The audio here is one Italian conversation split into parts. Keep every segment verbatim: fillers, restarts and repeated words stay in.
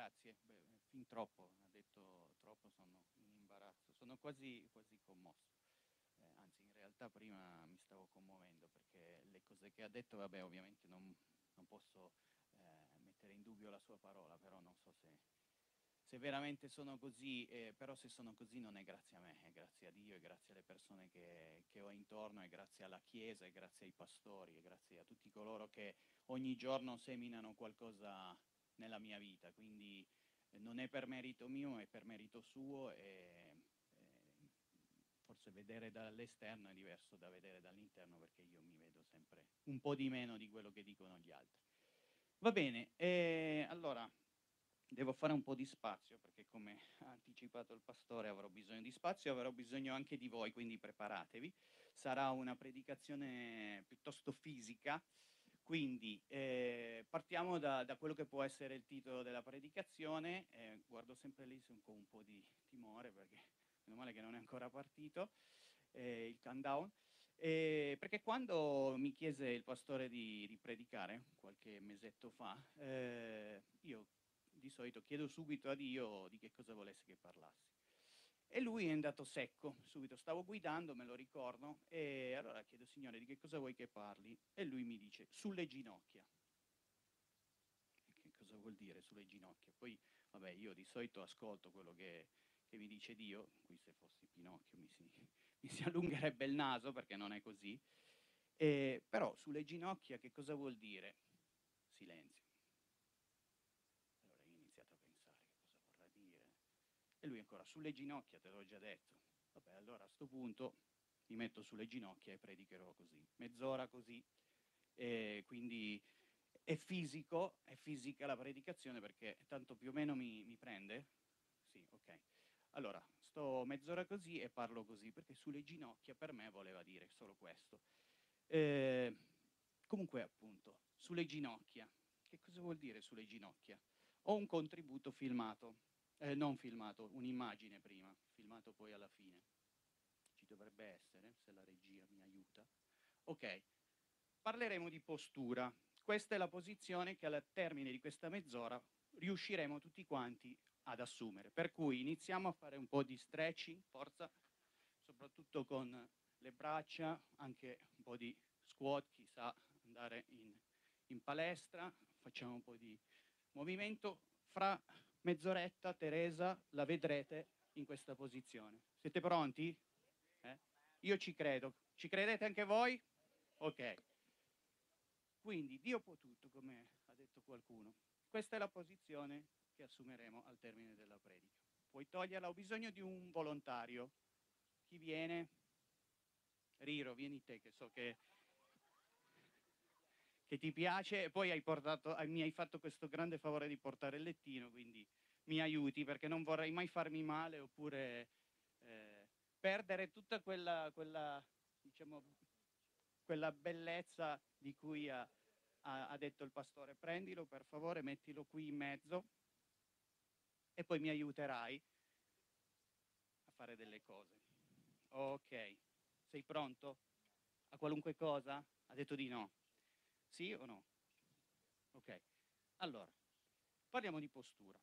grazie. Beh, fin troppo, ha detto troppo, sono in imbarazzo, sono quasi, quasi commosso. Eh, anzi, in realtà prima mi stavo commuovendo perché le cose che ha detto, vabbè, ovviamente non, non posso eh, mettere in dubbio la sua parola, però non so se, se veramente sono così, eh, però se sono così non è grazie a me, è grazie a Dio, è grazie alle persone che, che ho intorno, è grazie alla Chiesa, è grazie ai pastori, è grazie a tutti coloro che ogni giorno seminano qualcosa nella mia vita, quindi eh, non è per merito mio, è per merito suo e eh, forse vedere dall'esterno è diverso da vedere dall'interno perché io mi vedo sempre un po' di meno di quello che dicono gli altri. Va bene, eh, allora devo fare un po' di spazio perché come ha anticipato il pastore avrò bisogno di spazio, avrò bisogno anche di voi, quindi preparatevi. Sarà una predicazione piuttosto fisica, quindi eh, partiamo da, da quello che può essere il titolo della predicazione. Eh, guardo sempre lì con un po' di timore perché meno male che non è ancora partito eh, il countdown. Eh, perché quando mi chiese il pastore di, di predicare qualche mesetto fa, eh, io di solito chiedo subito a Dio di che cosa volesse che parlassi. E lui è andato secco, subito stavo guidando, me lo ricordo, e allora chiedo, Signore, di che cosa vuoi che parli? E lui mi dice, sulle ginocchia. Che cosa vuol dire sulle ginocchia? Poi, vabbè, io di solito ascolto quello che, che mi dice Dio, qui se fossi Pinocchio mi si, mi si allungherebbe il naso perché non è così, eh, però sulle ginocchia che cosa vuol dire? Silenzio. Allora io ho iniziato a pensare che cosa vorrà dire. E lui ancora, sulle ginocchia, te l'ho già detto. Vabbè, allora a sto punto mi metto sulle ginocchia e predicherò così, mezz'ora così. E quindi è fisico, è fisica la predicazione perché tanto più o meno mi, mi prende. Sì, ok. Allora, sto mezz'ora così e parlo così perché sulle ginocchia per me voleva dire solo questo. Eh, comunque, appunto, sulle ginocchia. Che cosa vuol dire sulle ginocchia? Ho un contributo filmato, eh, non filmato, un'immagine prima, filmato poi alla fine. Ci dovrebbe essere, se la regia mi aiuta. Ok, parleremo di postura. Questa è la posizione che al termine di questa mezz'ora riusciremo tutti quanti ad assumere. Per cui iniziamo a fare un po' di stretching, forza, soprattutto con le braccia, anche un po' di squat, chi sa andare in, in palestra, facciamo un po' di movimento. Fra mezz'oretta Teresa la vedrete in questa posizione. Siete pronti? Eh? Io ci credo. Ci credete anche voi? Ok. Quindi Dio può tutto, come ha detto qualcuno. Questa è la posizione che assumeremo al termine della predica. Puoi toglierla, ho bisogno di un volontario. Chi viene? Riro, vieni te, che so che, che ti piace e poi hai portato, mi hai fatto questo grande favore di portare il lettino, quindi mi aiuti perché non vorrei mai farmi male oppure eh, perdere tutta quella, quella, diciamo, quella bellezza di cui ha, ha, ha detto il pastore. Prendilo per favore, mettilo qui in mezzo e poi mi aiuterai a fare delle cose. Ok, sei pronto? A qualunque cosa? Ha detto di no. Sì o no? Ok, allora, parliamo di postura.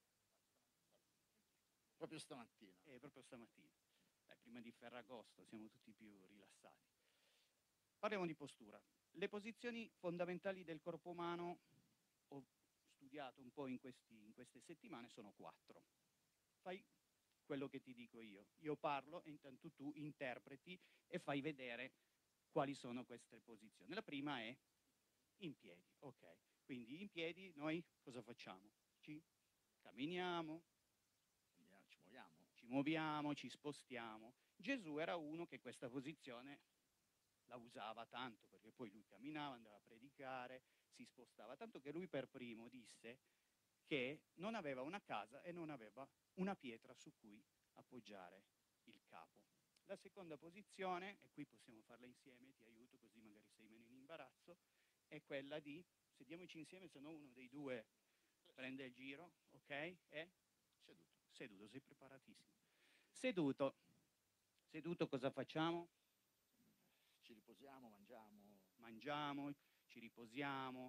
Proprio stamattina. È proprio stamattina. Dai, prima di Ferragosto siamo tutti più rilassati. Parliamo di postura. Le posizioni fondamentali del corpo umano, ho studiato un po' in, questi, in queste settimane, sono quattro. Fai quello che ti dico io. Io parlo e intanto tu interpreti e fai vedere quali sono queste posizioni. La prima è in piedi, ok. Quindi in piedi noi cosa facciamo? Ci camminiamo, Andiamo, ci muoviamo. ci muoviamo, ci spostiamo. Gesù era uno che questa posizione la usava tanto perché poi lui camminava, andava a predicare, si spostava, tanto che lui per primo disse che non aveva una casa e non aveva una pietra su cui appoggiare il capo. La seconda posizione, e qui possiamo farla insieme, ti aiuto così magari sei meno in imbarazzo, è quella di, sediamoci insieme, se no uno dei due prende il giro, ok? È Seduto. seduto, sei preparatissimo. Seduto, seduto cosa facciamo? Ci riposiamo, mangiamo. Mangiamo, ci riposiamo,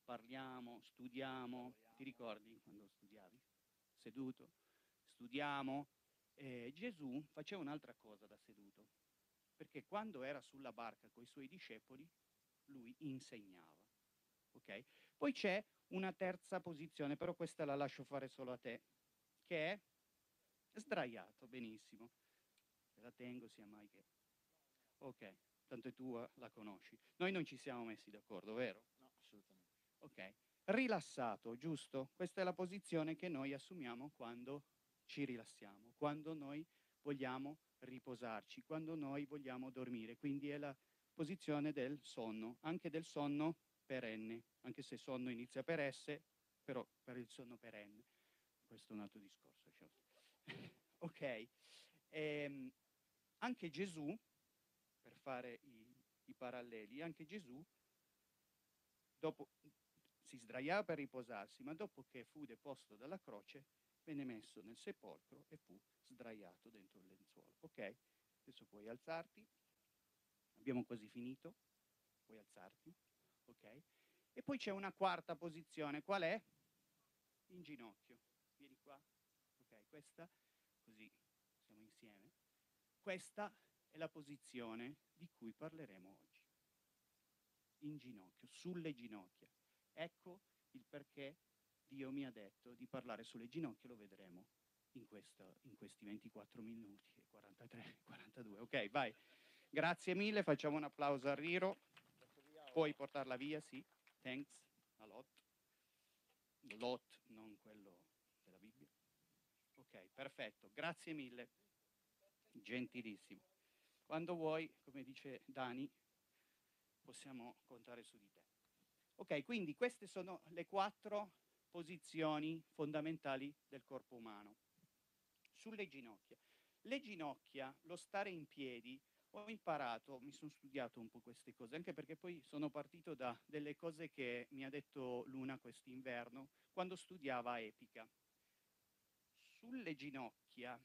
parliamo, studiamo, ti ricordi quando studiavi? Seduto, studiamo. Eh, Gesù faceva un'altra cosa da seduto, perché quando era sulla barca con i suoi discepoli, lui insegnava. Okay? Poi c'è una terza posizione, però questa la lascio fare solo a te, che è sdraiato, benissimo. Te la tengo sia mai che... Ok, tanto è tua, la conosci. Noi non ci siamo messi d'accordo, vero? No, assolutamente. Ok. Rilassato, giusto? Questa è la posizione che noi assumiamo quando ci rilassiamo, quando noi vogliamo riposarci, quando noi vogliamo dormire. Quindi è la posizione del sonno, anche del sonno perenne, anche se sonno inizia per S, però per il sonno perenne. Questo è un altro discorso. Cioè. Ok. Ehm, anche Gesù, per fare i, i paralleli, anche Gesù dopo si sdraiava per riposarsi, ma dopo che fu deposto dalla croce, venne messo nel sepolcro e fu sdraiato dentro il lenzuolo. Ok? Adesso puoi alzarti. Abbiamo quasi finito. Puoi alzarti. Ok? E poi c'è una quarta posizione. Qual è? In ginocchio. Vieni qua. Ok, questa. Così siamo insieme. Questa è la posizione di cui parleremo oggi. In ginocchio, sulle ginocchia. Ecco il perché Dio mi ha detto di parlare sulle ginocchia, lo vedremo in, questo, in questi ventiquattro minuti e quarantatré, quarantadue. Ok, vai. Grazie mille, facciamo un applauso a Riro. Puoi portarla via, sì. Thanks, a lot. Lot, non quello della Bibbia. Ok, perfetto, grazie mille. Gentilissimo. Quando vuoi, come dice Dani, possiamo contare su di te. Ok, quindi queste sono le quattro posizioni fondamentali del corpo umano. Sulle ginocchia. Le ginocchia, lo stare in piedi, ho imparato, mi sono studiato un po' queste cose, anche perché poi sono partito da delle cose che mi ha detto Luna quest'inverno, quando studiava epica. Sulle ginocchia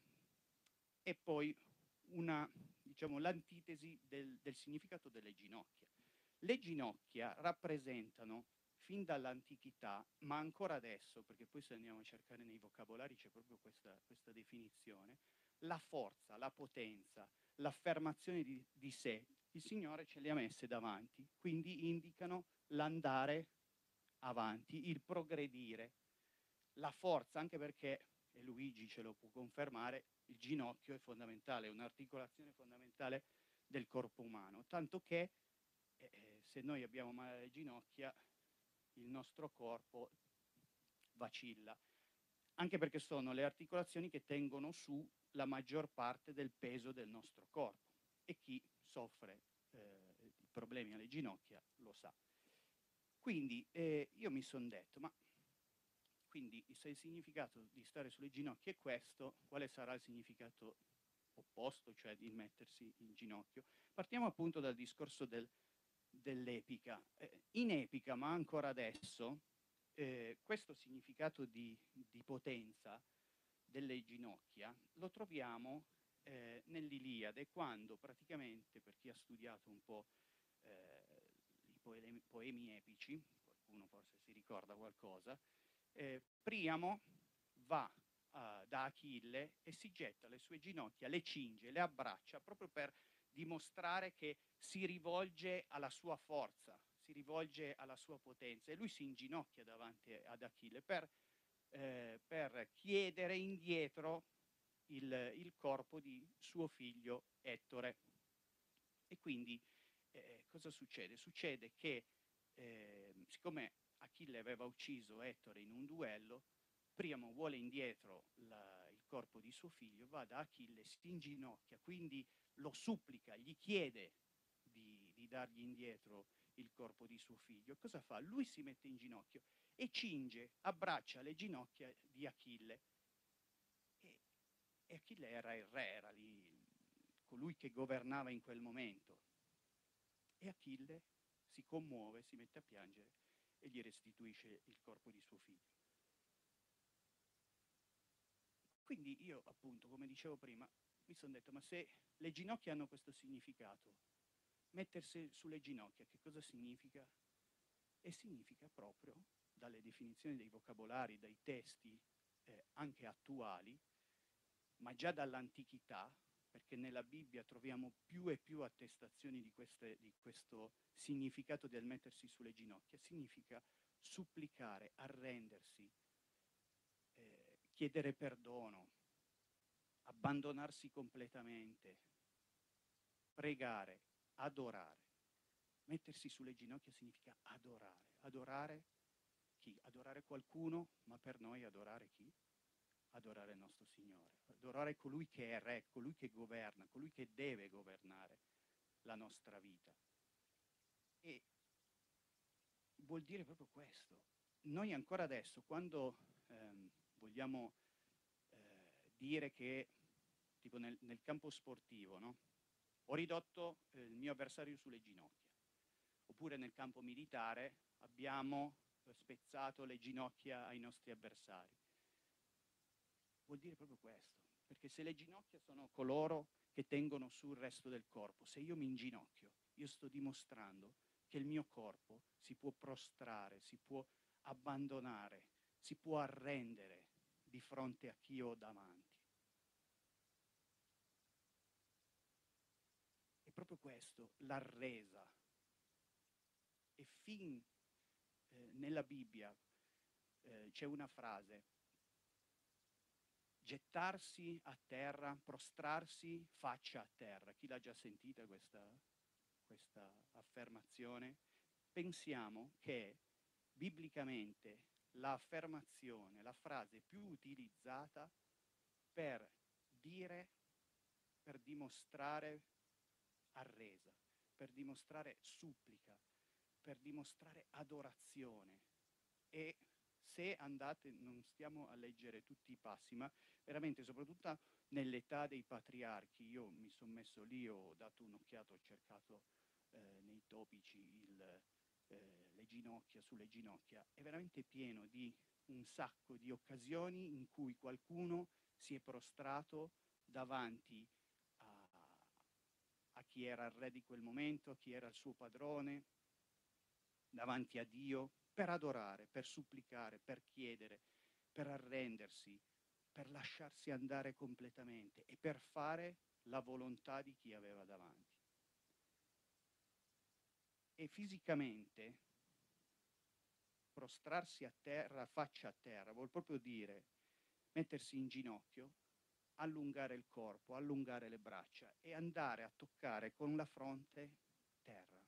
e poi una, diciamo, l'antitesi del, del significato delle ginocchia. Le ginocchia rappresentano, fin dall'antichità, ma ancora adesso, perché poi se andiamo a cercare nei vocabolari c'è proprio questa, questa definizione, la forza, la potenza, l'affermazione di, di sé. Il Signore ce le ha messe davanti, quindi indicano l'andare avanti, il progredire, la forza, anche perché, e Luigi ce lo può confermare, il ginocchio è fondamentale, è un'articolazione fondamentale del corpo umano, tanto che eh, se noi abbiamo male alle ginocchia, il nostro corpo vacilla, anche perché sono le articolazioni che tengono su la maggior parte del peso del nostro corpo e chi soffre eh, di problemi alle ginocchia lo sa. Quindi eh, io mi sono detto, ma quindi se il significato di stare sulle ginocchia è questo, quale sarà il significato opposto, cioè di mettersi in ginocchio? Partiamo appunto dal discorso del, dell'epica. Eh, in epica, ma ancora adesso, eh, questo significato di, di potenza delle ginocchia lo troviamo eh, nell'Iliade, quando praticamente, per chi ha studiato un po' eh, i poemi, poemi epici, qualcuno forse si ricorda qualcosa, eh, Priamo va uh, da Achille e si getta le sue ginocchia, le cinge, le abbraccia proprio per dimostrare che si rivolge alla sua forza, si rivolge alla sua potenza, e lui si inginocchia davanti ad Achille per, eh, per chiedere indietro il, il corpo di suo figlio Ettore. E quindi eh, cosa succede? Succede che eh, siccome Achille aveva ucciso Ettore in un duello, Priamo vuole indietro la, il corpo di suo figlio, va da Achille, si inginocchia, quindi lo supplica, gli chiede di, di dargli indietro il corpo di suo figlio. Cosa fa? Lui si mette in ginocchio e cinge, abbraccia le ginocchia di Achille. E, e Achille era il re, era lì, colui che governava in quel momento. E Achille si commuove, si mette a piangere e gli restituisce il corpo di suo figlio. Quindi io, appunto, come dicevo prima, mi sono detto, ma se le ginocchia hanno questo significato, mettersi sulle ginocchia, che cosa significa? E significa proprio, dalle definizioni dei vocabolari, dai testi eh, anche attuali, ma già dall'antichità, perché nella Bibbia troviamo più e più attestazioni di, queste, di questo significato del mettersi sulle ginocchia, significa supplicare, arrendersi, eh, chiedere perdono, abbandonarsi completamente, pregare, adorare. Mettersi sulle ginocchia significa adorare. Adorare chi? Adorare qualcuno, ma per noi adorare chi? Adorare il nostro Signore. Adorare colui che è re, colui che governa, colui che deve governare la nostra vita. E vuol dire proprio questo. Noi ancora adesso, quando ehm, vogliamo eh, dire che, tipo nel, nel campo sportivo, no? Ho ridotto eh, il mio avversario sulle ginocchia. Oppure nel campo militare abbiamo spezzato le ginocchia ai nostri avversari. Vuol dire proprio questo, perché se le ginocchia sono coloro che tengono su il resto del corpo, se io mi inginocchio, io sto dimostrando che il mio corpo si può prostrare, si può abbandonare, si può arrendere di fronte a chi ho davanti. È proprio questo, l'arresa. E fin eh, nella Bibbia eh, c'è una frase: gettarsi a terra, prostrarsi faccia a terra. Chi l'ha già sentita questa, questa affermazione? Pensiamo che biblicamente l'affermazione, la frase più utilizzata per dire, per dimostrare arresa, per dimostrare supplica, per dimostrare adorazione. E se andate, non stiamo a leggere tutti i passi, ma veramente soprattutto nell'età dei patriarchi, io mi sono messo lì, ho dato un'occhiata, ho cercato eh, nei topici il, eh, le ginocchia sulle ginocchia, è veramente pieno di un sacco di occasioni in cui qualcuno si è prostrato davanti a, a chi era il re di quel momento, a chi era il suo padrone, davanti a Dio, per adorare, per supplicare, per chiedere, per arrendersi, per lasciarsi andare completamente e per fare la volontà di chi aveva davanti. E fisicamente prostrarsi a terra, faccia a terra, vuol proprio dire mettersi in ginocchio, allungare il corpo, allungare le braccia e andare a toccare con la fronte terra.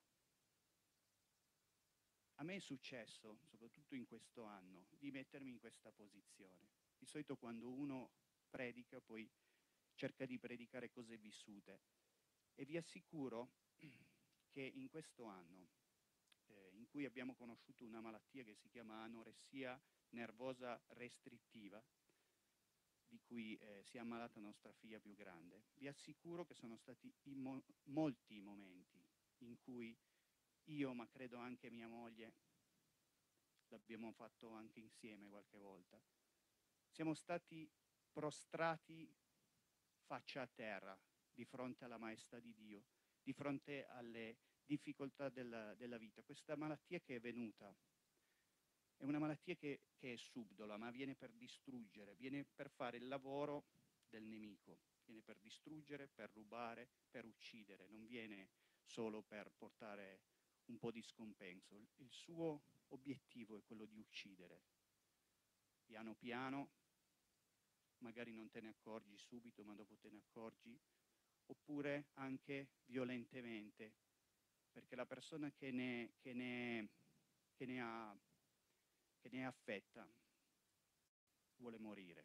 A me è successo, soprattutto in questo anno, di mettermi in questa posizione. Di solito quando uno predica poi cerca di predicare cose vissute. E vi assicuro che in questo anno, eh, in cui abbiamo conosciuto una malattia che si chiama anoressia nervosa restrittiva, di cui eh, si è ammalata nostra figlia più grande, vi assicuro che sono stati i mo- molti i momenti in cui io, ma credo anche mia moglie, l'abbiamo fatto anche insieme qualche volta, siamo stati prostrati faccia a terra di fronte alla maestà di Dio, di fronte alle difficoltà della, della vita. Questa malattia che è venuta è una malattia che, che è subdola, ma viene per distruggere, viene per fare il lavoro del nemico, viene per distruggere, per rubare, per uccidere, non viene solo per portare un po' di scompenso. Il suo obiettivo è quello di uccidere. Piano piano, magari non te ne accorgi subito, ma dopo te ne accorgi, oppure anche violentemente, perché la persona che ne, che ne, che ne, ha, che ne è affetta vuole morire.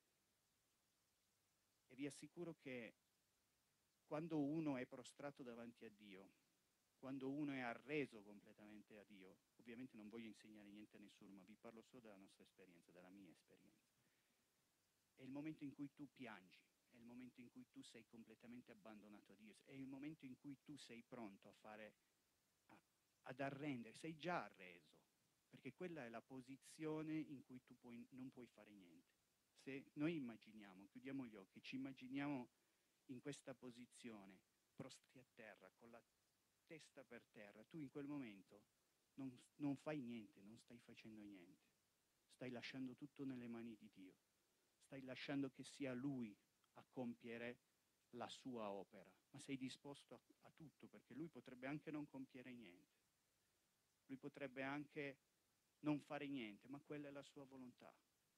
E vi assicuro che quando uno è prostrato davanti a Dio, quando uno è arreso completamente a Dio, ovviamente non voglio insegnare niente a nessuno, ma vi parlo solo della nostra esperienza, della mia esperienza, è il momento in cui tu piangi, è il momento in cui tu sei completamente abbandonato a Dio, è il momento in cui tu sei pronto a fare, a, ad arrendere, sei già arreso, perché quella è la posizione in cui tu puoi, non puoi fare niente. Se noi immaginiamo, chiudiamo gli occhi, ci immaginiamo in questa posizione, prostri a terra, con la testa per terra, tu in quel momento non, non fai niente, non stai facendo niente. Stai lasciando tutto nelle mani di Dio. Stai lasciando che sia Lui a compiere la sua opera. Ma sei disposto a, a tutto, perché Lui potrebbe anche non compiere niente. Lui potrebbe anche non fare niente, ma quella è la sua volontà.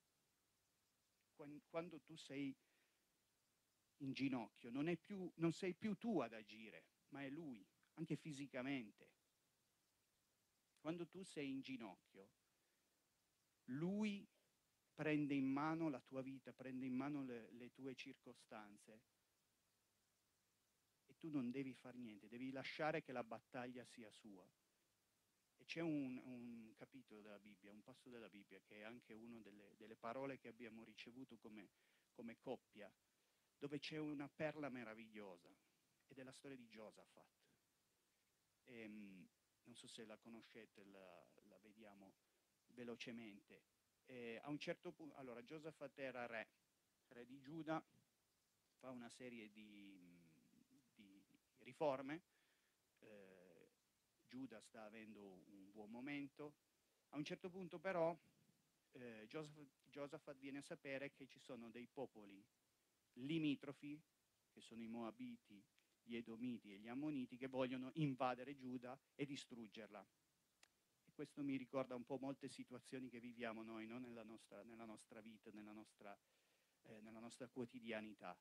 Quando tu sei in ginocchio, non, è più, non sei più tu ad agire, ma è Lui, anche fisicamente. Quando tu sei in ginocchio, Lui prende in mano la tua vita, prende in mano le, le tue circostanze e tu non devi fare niente, devi lasciare che la battaglia sia sua. E c'è un, un capitolo della Bibbia, un passo della Bibbia, che è anche una delle, delle parole che abbiamo ricevuto come, come coppia, dove c'è una perla meravigliosa, ed è la storia di Giosafat. E, non so se la conoscete, la, la vediamo velocemente. E a un certo punto, allora, Giosafat era re, re di Giuda, fa una serie di, di riforme, eh, Giuda sta avendo un buon momento. A un certo punto però eh, Giosafat, Giosafat viene a sapere che ci sono dei popoli limitrofi, che sono i Moabiti, gli Edomiti e gli Ammoniti, che vogliono invadere Giuda e distruggerla. E questo mi ricorda un po' molte situazioni che viviamo noi, no? nella, nostra, nella nostra vita, nella nostra, eh, nella nostra quotidianità.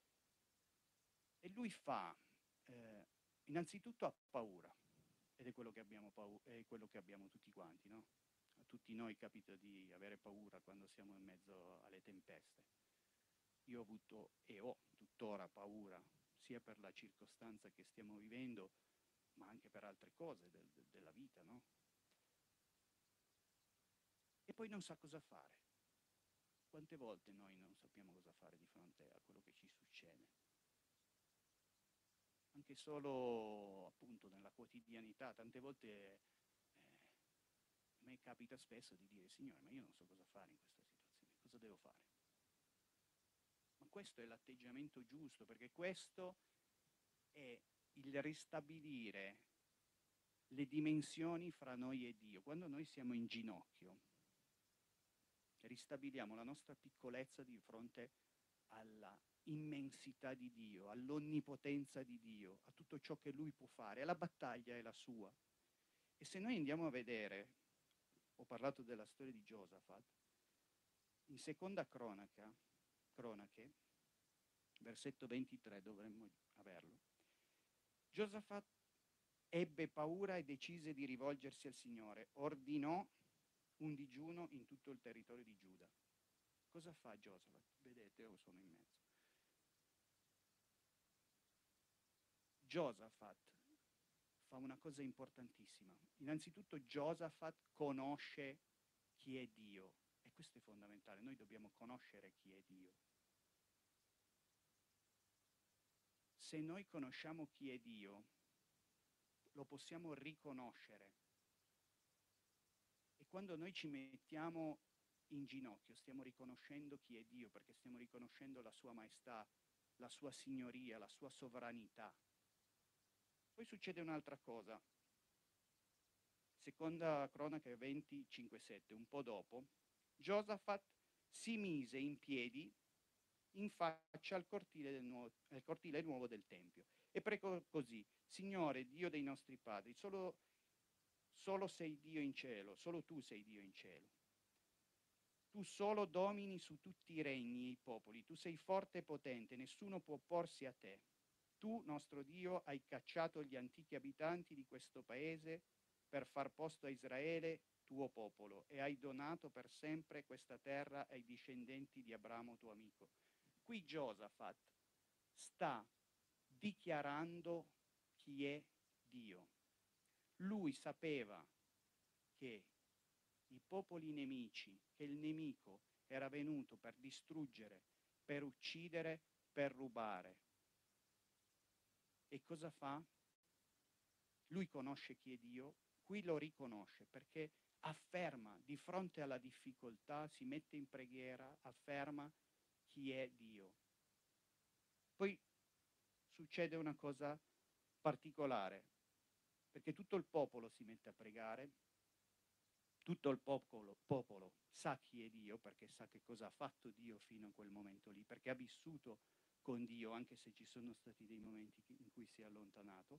E lui fa, eh, innanzitutto ha paura, ed è quello che abbiamo, paura, è quello che abbiamo tutti quanti, no? A tutti noi capita di avere paura quando siamo in mezzo alle tempeste. Io ho avuto e ho tuttora paura, sia per la circostanza che stiamo vivendo, ma anche per altre cose del, de, della vita, no? E poi non sa cosa fare. Quante volte noi non sappiamo cosa fare di fronte a quello che ci succede? Anche solo appunto nella quotidianità, tante volte eh, a me capita spesso di dire: Signore, ma io non so cosa fare in questa situazione, cosa devo fare? Ma questo è l'atteggiamento giusto, perché questo è il ristabilire le dimensioni fra noi e Dio. Quando noi siamo in ginocchio, ristabiliamo la nostra piccolezza di fronte alla immensità di Dio, all'onnipotenza di Dio, a tutto ciò che Lui può fare. La battaglia è la sua. E se noi andiamo a vedere, ho parlato della storia di Giosafat, in seconda cronaca, cronache, versetto ventitré, dovremmo averlo, Giosafat ebbe paura e decise di rivolgersi al Signore, ordinò un digiuno in tutto il territorio di Giuda. Cosa fa Giosafat? Vedete, io sono in mezzo. Giosafat fa una cosa importantissima. Innanzitutto Giosafat conosce chi è Dio, e questo è fondamentale, noi dobbiamo conoscere chi è Dio. Se noi conosciamo chi è Dio, lo possiamo riconoscere. E quando noi ci mettiamo in ginocchio stiamo riconoscendo chi è Dio, perché stiamo riconoscendo la sua maestà, la sua signoria, la sua sovranità. Poi succede un'altra cosa. Seconda cronaca venti, cinque sette, un po' dopo, Giosafat si mise in piedi in faccia al cortile, del nuovo, al cortile nuovo del Tempio e pregò così: Signore, Dio dei nostri padri, solo, solo sei Dio in cielo, solo tu sei Dio in cielo. Tu solo domini su tutti i regni e i popoli, tu sei forte e potente, nessuno può opporsi a te. Tu, nostro Dio, hai cacciato gli antichi abitanti di questo paese per far posto a Israele, tuo popolo, e hai donato per sempre questa terra ai discendenti di Abramo, tuo amico. Qui Giosafat sta dichiarando chi è Dio. Lui sapeva che i popoli nemici, che il nemico era venuto per distruggere, per uccidere, per rubare. E cosa fa? Lui conosce chi è Dio, qui lo riconosce perché afferma di fronte alla difficoltà, si mette in preghiera, afferma chi è Dio. Poi succede una cosa particolare, perché tutto il popolo si mette a pregare tutto il popolo, popolo sa chi è Dio, perché sa che cosa ha fatto Dio fino a quel momento lì, perché ha vissuto con Dio, anche se ci sono stati dei momenti in cui si è allontanato,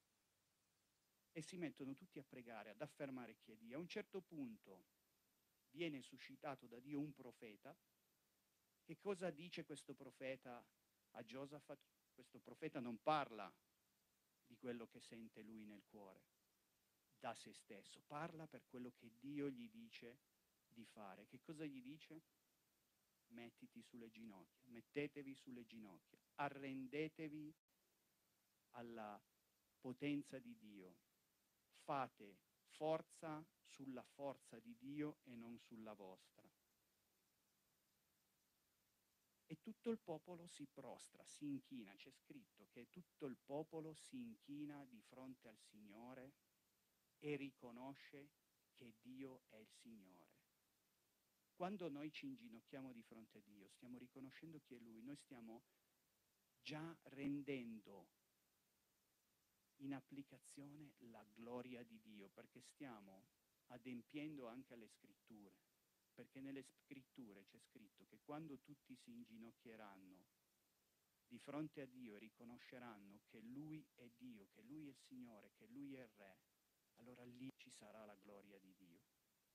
e si mettono tutti a pregare, ad affermare chi è Dio. A un certo punto viene suscitato da Dio un profeta. Che cosa dice questo profeta a Giosafat? Questo profeta non parla di quello che sente lui nel cuore, da se stesso, parla per quello che Dio gli dice di fare. Che cosa gli dice? Mettiti sulle ginocchia, mettetevi sulle ginocchia, arrendetevi alla potenza di Dio, fate forza sulla forza di Dio e non sulla vostra. E tutto il popolo si prostra, si inchina. C'è scritto che tutto il popolo si inchina di fronte al Signore e riconosce che Dio è il Signore. Quando noi ci inginocchiamo di fronte a Dio, stiamo riconoscendo chi è Lui, noi stiamo già rendendo in applicazione la gloria di Dio, perché stiamo adempiendo anche alle scritture, perché nelle scritture c'è scritto che quando tutti si inginocchieranno di fronte a Dio e riconosceranno che Lui è Dio, che Lui è il Signore, che Lui è il Re, allora lì ci sarà la gloria di Dio.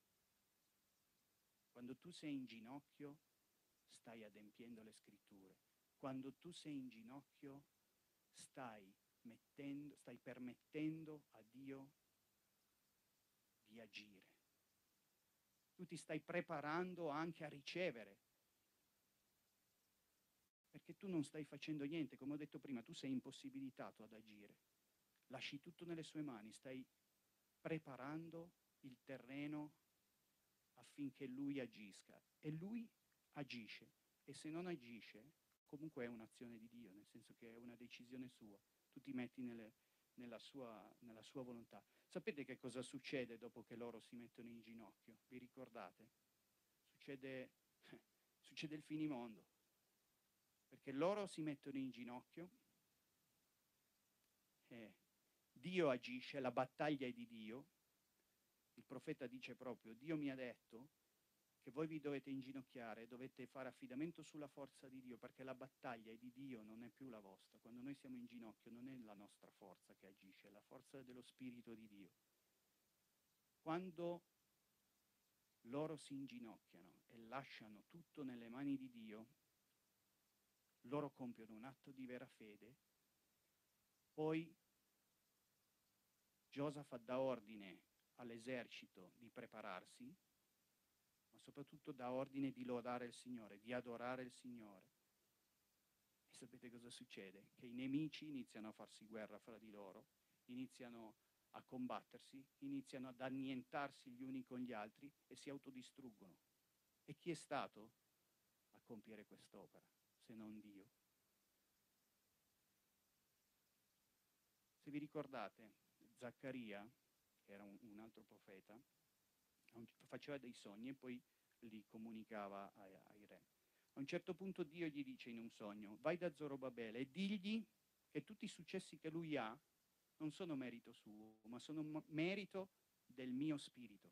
Quando tu sei in ginocchio, stai adempiendo le scritture. Quando tu sei in ginocchio, stai mettendo, stai permettendo a Dio di agire. Tu ti stai preparando anche a ricevere, perché tu non stai facendo niente, come ho detto prima, tu sei impossibilitato ad agire. Lasci tutto nelle sue mani, stai preparando il terreno affinché lui agisca. E lui agisce. E se non agisce, comunque è un'azione di Dio, nel senso che è una decisione sua. Tu ti metti nelle, nella, sua, nella sua volontà. Sapete che cosa succede dopo che loro si mettono in ginocchio? Vi ricordate? Succede, succede il finimondo. Perché loro si mettono in ginocchio, eh, Dio agisce, la battaglia è di Dio. Il profeta dice proprio, Dio mi ha detto che voi vi dovete inginocchiare, dovete fare affidamento sulla forza di Dio, perché la battaglia è di Dio, non è più la vostra. Quando noi siamo in ginocchio non è la nostra forza che agisce, è la forza dello Spirito di Dio. Quando loro si inginocchiano e lasciano tutto nelle mani di Dio, loro compiono un atto di vera fede, poi Giosafat dà ordine all'esercito di prepararsi, ma soprattutto dà ordine di lodare il Signore, di adorare il Signore. E sapete cosa succede? Che i nemici iniziano a farsi guerra fra di loro, iniziano a combattersi, iniziano ad annientarsi gli uni con gli altri e si autodistruggono. E chi è stato a compiere quest'opera, se non Dio? Se vi ricordate, Zaccaria, che era un, un altro profeta, faceva dei sogni e poi li comunicava ai, ai re. A un certo punto Dio gli dice in un sogno, vai da Zorobabele e digli che tutti i successi che lui ha non sono merito suo, ma sono merito del mio spirito.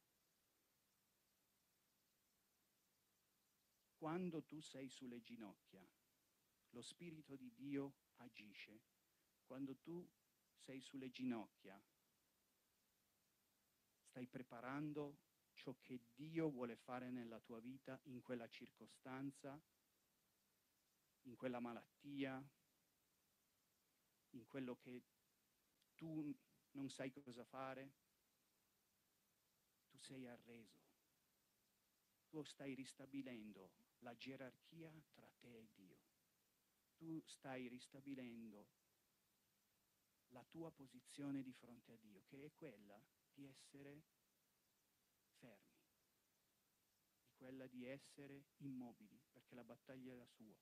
Quando tu sei sulle ginocchia, lo spirito di Dio agisce. Quando tu sei sulle ginocchia, stai preparando ciò che Dio vuole fare nella tua vita, in quella circostanza, in quella malattia, in quello che tu non sai cosa fare. Tu sei arreso. Tu stai ristabilendo la gerarchia tra te e Dio. Tu stai ristabilendo la tua posizione di fronte a Dio, che è quella di essere fermi, di quella di essere immobili, perché la battaglia è la sua.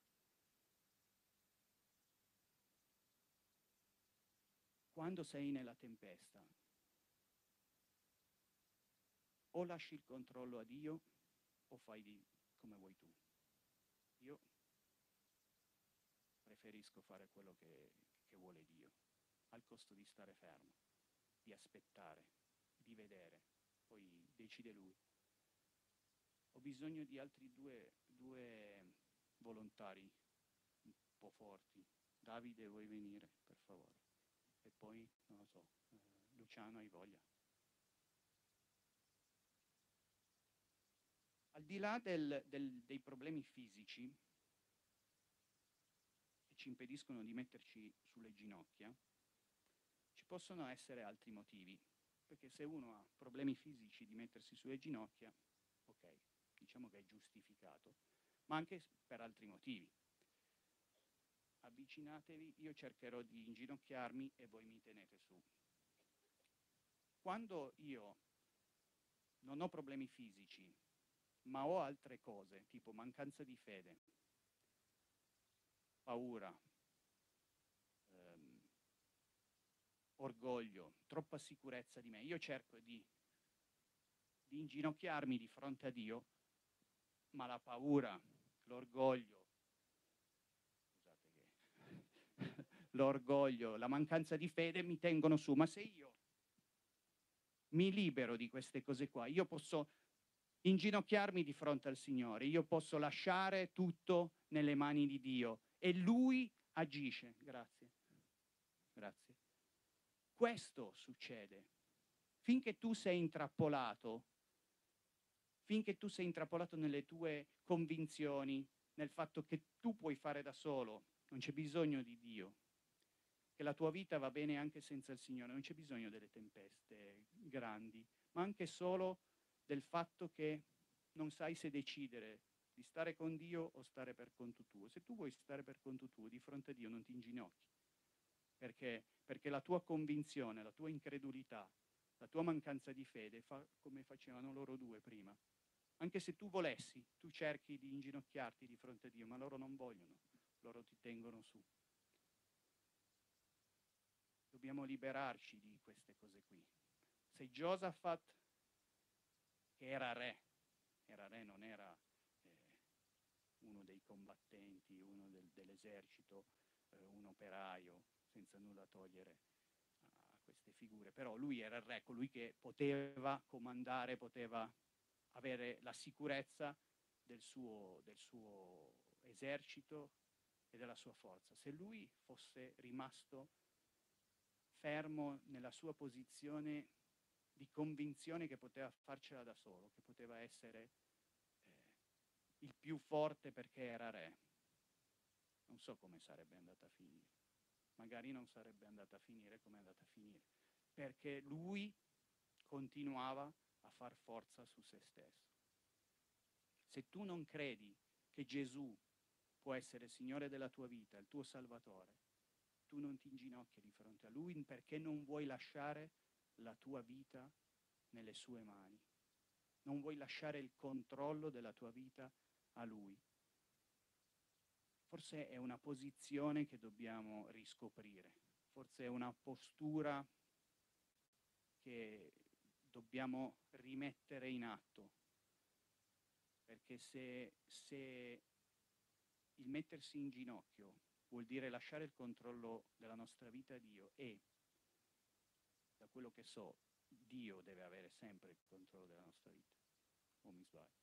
Quando sei nella tempesta, o lasci il controllo a Dio o fai di come vuoi tu. Io preferisco fare quello che, che vuole Dio, al costo di stare fermo, di aspettare, di vedere. Poi decide lui. Ho bisogno di altri due, due volontari un po' forti. Davide, vuoi venire, per favore? E poi, non lo so, eh, Luciano, hai voglia? Al di là del, del, dei problemi fisici che ci impediscono di metterci sulle ginocchia, ci possono essere altri motivi, perché se uno ha problemi fisici di mettersi sulle ginocchia, ok, diciamo che è giustificato, ma anche per altri motivi. Avvicinatevi, io cercherò di inginocchiarmi e voi mi tenete su. Quando io non ho problemi fisici, ma ho altre cose, tipo mancanza di fede, paura, ehm, orgoglio, troppa sicurezza di me, io cerco di, di inginocchiarmi di fronte a Dio, ma la paura, l'orgoglio, l'orgoglio, la mancanza di fede mi tengono su. Ma se io mi libero di queste cose qua, io posso inginocchiarmi di fronte al Signore, io posso lasciare tutto nelle mani di Dio e Lui agisce. Grazie. Grazie. Questo succede. Finché tu sei intrappolato, finché tu sei intrappolato nelle tue convinzioni, nel fatto che tu puoi fare da solo, non c'è bisogno di Dio, che la tua vita va bene anche senza il Signore, non c'è bisogno delle tempeste grandi, ma anche solo del fatto che non sai se decidere di stare con Dio o stare per conto tuo. Se tu vuoi stare per conto tuo, di fronte a Dio non ti inginocchi, perché, perché la tua convinzione, la tua incredulità, la tua mancanza di fede fa come facevano loro due prima. Anche se tu volessi, tu cerchi di inginocchiarti di fronte a Dio, ma loro non vogliono, loro ti tengono su. Dobbiamo liberarci di queste cose qui. Se Giosafat, che era re, era re, non era eh, uno dei combattenti, uno del, dell'esercito, eh, un operaio, senza nulla togliere a queste figure, però lui era il re, colui che poteva comandare, poteva avere la sicurezza del suo, del suo esercito e della sua forza. Se lui fosse rimasto fermo nella sua posizione di convinzione che poteva farcela da solo, che poteva essere eh, il più forte perché era re, non so come sarebbe andata a finire. Magari non sarebbe andata a finire come è andata a finire, perché lui continuava a far forza su se stesso. Se tu non credi che Gesù può essere Signore della tua vita, il tuo Salvatore, tu non ti inginocchi di fronte a Lui perché non vuoi lasciare la tua vita nelle sue mani. Non vuoi lasciare il controllo della tua vita a Lui. Forse è una posizione che dobbiamo riscoprire, forse è una postura che dobbiamo rimettere in atto, perché se, se il mettersi in ginocchio vuol dire lasciare il controllo della nostra vita a Dio, e da quello che so Dio deve avere sempre il controllo della nostra vita, o mi sbaglio?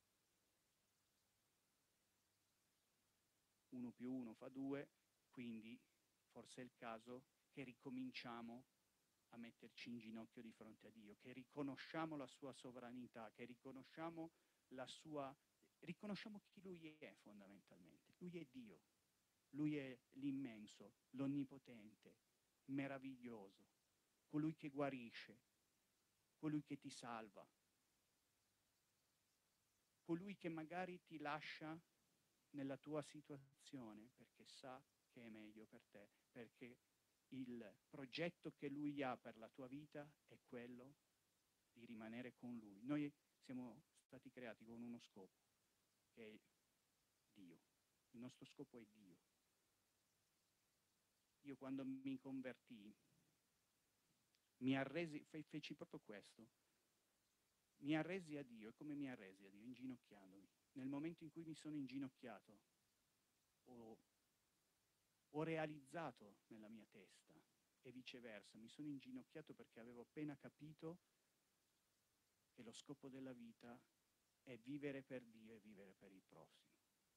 Uno più uno fa due, quindi forse è il caso che ricominciamo a metterci in ginocchio di fronte a Dio, che riconosciamo la sua sovranità, che riconosciamo la sua, riconosciamo chi Lui è fondamentalmente. Lui è Dio, Lui è l'immenso, l'onnipotente, meraviglioso, colui che guarisce, colui che ti salva, colui che magari ti lascia nella tua situazione perché sa che è meglio per te, perché il progetto che Lui ha per la tua vita è quello di rimanere con Lui. Noi siamo stati creati con uno scopo, che è Dio. Il nostro scopo è Dio. Io quando mi convertii, mi arresi, fe, feci proprio questo. Mi arresi a Dio. E come mi arresi a Dio? Inginocchiandomi. Nel momento in cui mi sono inginocchiato, ho, ho realizzato nella mia testa, e viceversa, mi sono inginocchiato perché avevo appena capito che che lo scopo della vita è vivere per Dio e vivere per il prossimo.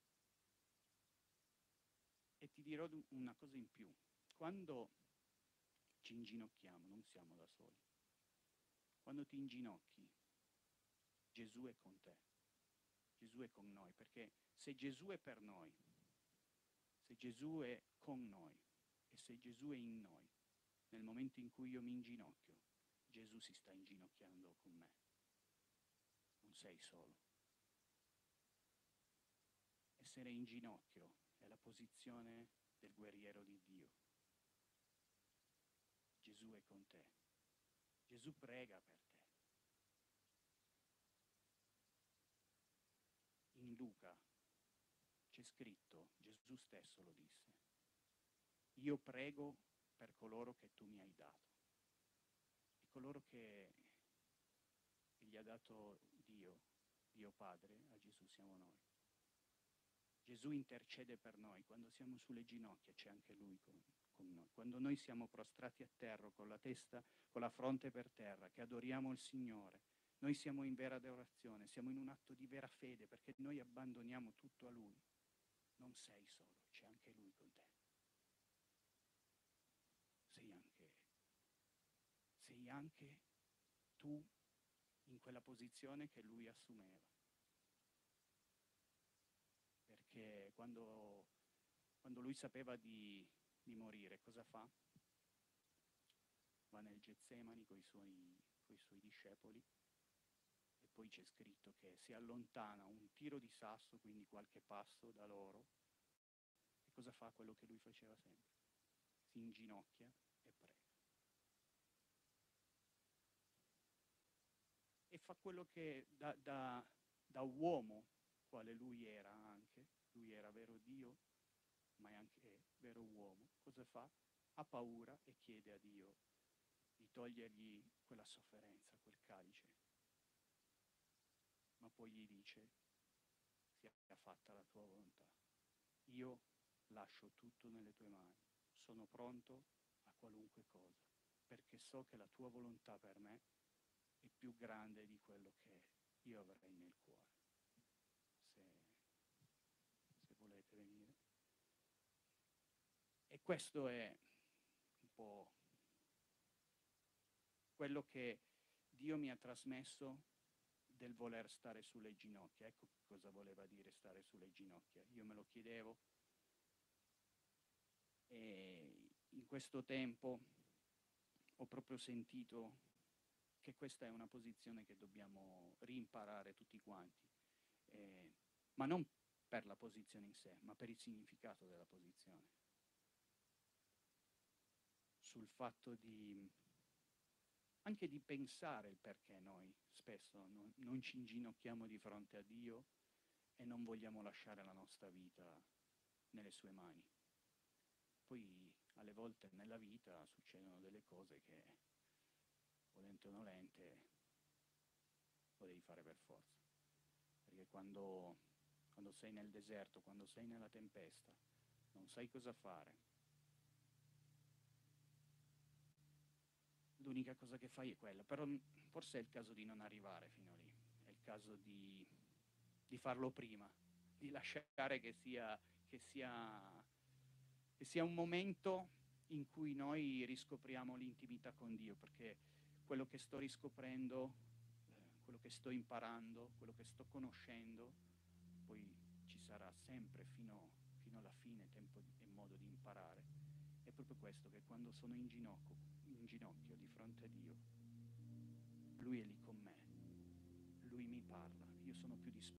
E ti dirò una cosa in più. Quando ci inginocchiamo non siamo da soli. Quando ti inginocchi, Gesù è con te. Gesù è con noi, perché se Gesù è per noi, se Gesù è con noi e se Gesù è in noi, nel momento in cui io mi inginocchio, Gesù si sta inginocchiando con me. Non sei solo. Essere in ginocchio è la posizione del guerriero di Dio. Gesù è con te. Gesù prega per te. In Luca c'è scritto, Gesù stesso lo disse, io prego per coloro che tu mi hai dato. E coloro che, che gli ha dato Dio, Dio Padre, a Gesù siamo noi. Gesù intercede per noi, quando siamo sulle ginocchia c'è anche Lui con, con noi. Quando noi siamo prostrati a terra con la testa, con la fronte per terra, che adoriamo il Signore, noi siamo in vera adorazione, siamo in un atto di vera fede perché noi abbandoniamo tutto a Lui. Non sei solo, c'è anche Lui con te. Sei anche, sei anche tu in quella posizione che Lui assumeva. Perché quando, quando Lui sapeva di, di morire, cosa fa? Va nel Getsemani con i suoi, coi suoi discepoli e poi c'è scritto che si allontana un tiro di sasso, quindi qualche passo da loro, e cosa fa? Quello che Lui faceva sempre. Si inginocchia e prega. E fa quello che da, da, da uomo, quale Lui era anche, Lui era vero Dio, ma è anche vero uomo, cosa fa? Ha paura e chiede a Dio di togliergli quella sofferenza, quel calice. Ma poi gli dice, sia fatta la tua volontà. Io lascio tutto nelle tue mani, sono pronto a qualunque cosa, perché so che la tua volontà per me è più grande di quello che io avrei nel cuore. Se, se volete venire. E questo è un po' quello che Dio mi ha trasmesso del voler stare sulle ginocchia. Ecco cosa voleva dire stare sulle ginocchia. Io me lo chiedevo e in questo tempo ho proprio sentito che questa è una posizione che dobbiamo rimparare tutti quanti, eh, ma non per la posizione in sé, ma per il significato della posizione. Sul fatto di anche di pensare il perché noi spesso non, non ci inginocchiamo di fronte a Dio e non vogliamo lasciare la nostra vita nelle sue mani. Poi alle volte nella vita succedono delle cose che, volente o nolente, lo devi fare per forza. Perché quando, quando sei nel deserto, quando sei nella tempesta, non sai cosa fare, l'unica cosa che fai è quella, però forse è il caso di non arrivare fino lì, è il caso di, di farlo prima, di lasciare che sia, che, sia, che sia un momento in cui noi riscopriamo l'intimità con Dio, perché quello che sto riscoprendo, eh, quello che sto imparando, quello che sto conoscendo, poi ci sarà sempre fino, fino alla fine tempo e modo di imparare. È proprio questo, che quando sono in ginocchio, in ginocchio di fronte a Dio, Lui è lì con me, Lui mi parla, io sono più disposto